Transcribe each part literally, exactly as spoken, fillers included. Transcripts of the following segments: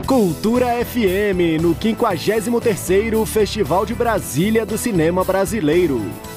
Cultura F M, no quinquagésimo terceiro Festival de Brasília do Cinema Brasileiro.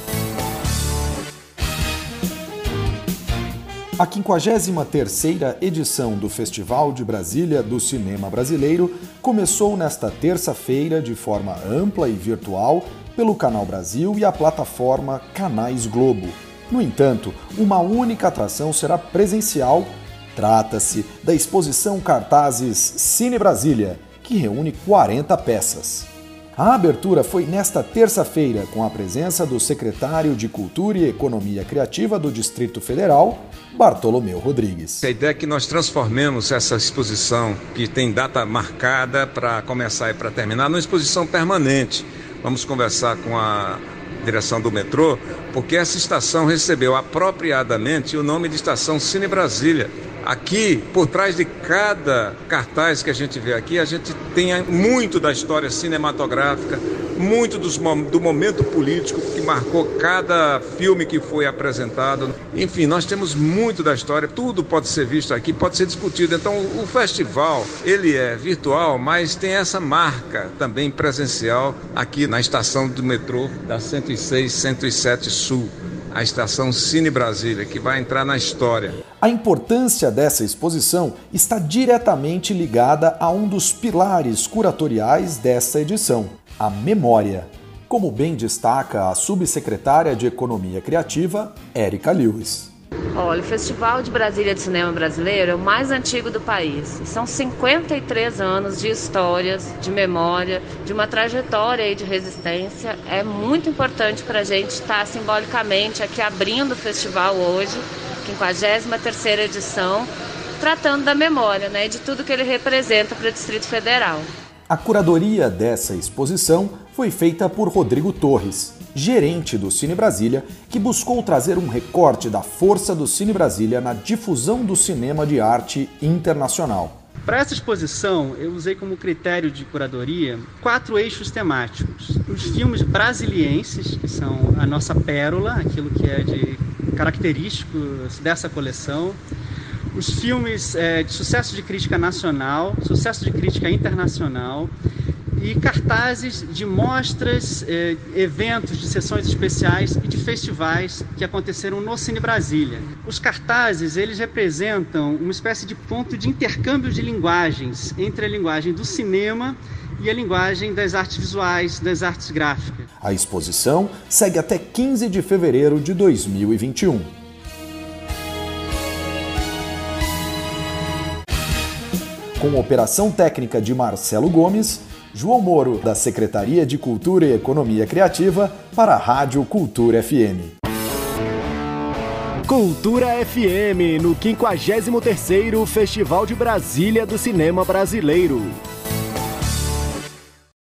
A quinquagésima terceira edição do Festival de Brasília do Cinema Brasileiro começou nesta terça-feira de forma ampla e virtual pelo Canal Brasil e a plataforma Canais Globo. No entanto, uma única atração será presencial. Trata-se da exposição Cartazes Cine Brasília, que reúne quarenta peças. A abertura foi nesta terça-feira, com a presença do secretário de Cultura e Economia Criativa do Distrito Federal, Bartolomeu Rodrigues. A ideia é que nós transformemos essa exposição, que tem data marcada para começar e para terminar, numa exposição permanente. Vamos conversar com a direção do metrô, porque essa estação recebeu apropriadamente o nome de Estação Cine Brasília. Aqui, por trás de cada cartaz que a gente vê aqui, a gente tem muito da história cinematográfica, muito dos, do momento político que marcou cada filme que foi apresentado. Enfim, nós temos muito da história, tudo pode ser visto aqui, pode ser discutido. Então, o festival, ele é virtual, mas tem essa marca também presencial aqui na estação do metrô da cento e seis, cento e sete Sul. A Estação Cine Brasília, que vai entrar na história. A importância dessa exposição está diretamente ligada a um dos pilares curatoriais dessa edição, a memória, como bem destaca a subsecretária de Economia Criativa, Érica Lewis. Olha, o Festival de Brasília de Cinema Brasileiro é o mais antigo do país. São cinquenta e três anos de histórias, de memória, de uma trajetória de resistência. É muito importante para a gente estar simbolicamente aqui abrindo o festival hoje, quinquagésima terceira edição, tratando da memória, né, de tudo que ele representa para o Distrito Federal. A curadoria dessa exposição foi feita por Rodrigo Torres, gerente do Cine Brasília, que buscou trazer um recorte da força do Cine Brasília na difusão do cinema de arte internacional. Para essa exposição, eu usei como critério de curadoria quatro eixos temáticos. Os filmes brasilienses, que são a nossa pérola, aquilo que é de característico dessa coleção. Os filmes é, de sucesso de crítica nacional, sucesso de crítica internacional e cartazes de mostras, eh, eventos de sessões especiais e de festivais que aconteceram no Cine Brasília. Os cartazes, eles representam uma espécie de ponto de intercâmbio de linguagens entre a linguagem do cinema e a linguagem das artes visuais, das artes gráficas. A exposição segue até quinze de fevereiro de dois mil e vinte e um. Com operação técnica de Marcelo Gomes, João Moro, da Secretaria de Cultura e Economia Criativa, para a Rádio Cultura F M. Cultura F M, no quinquagésimo terceiro Festival de Brasília do Cinema Brasileiro.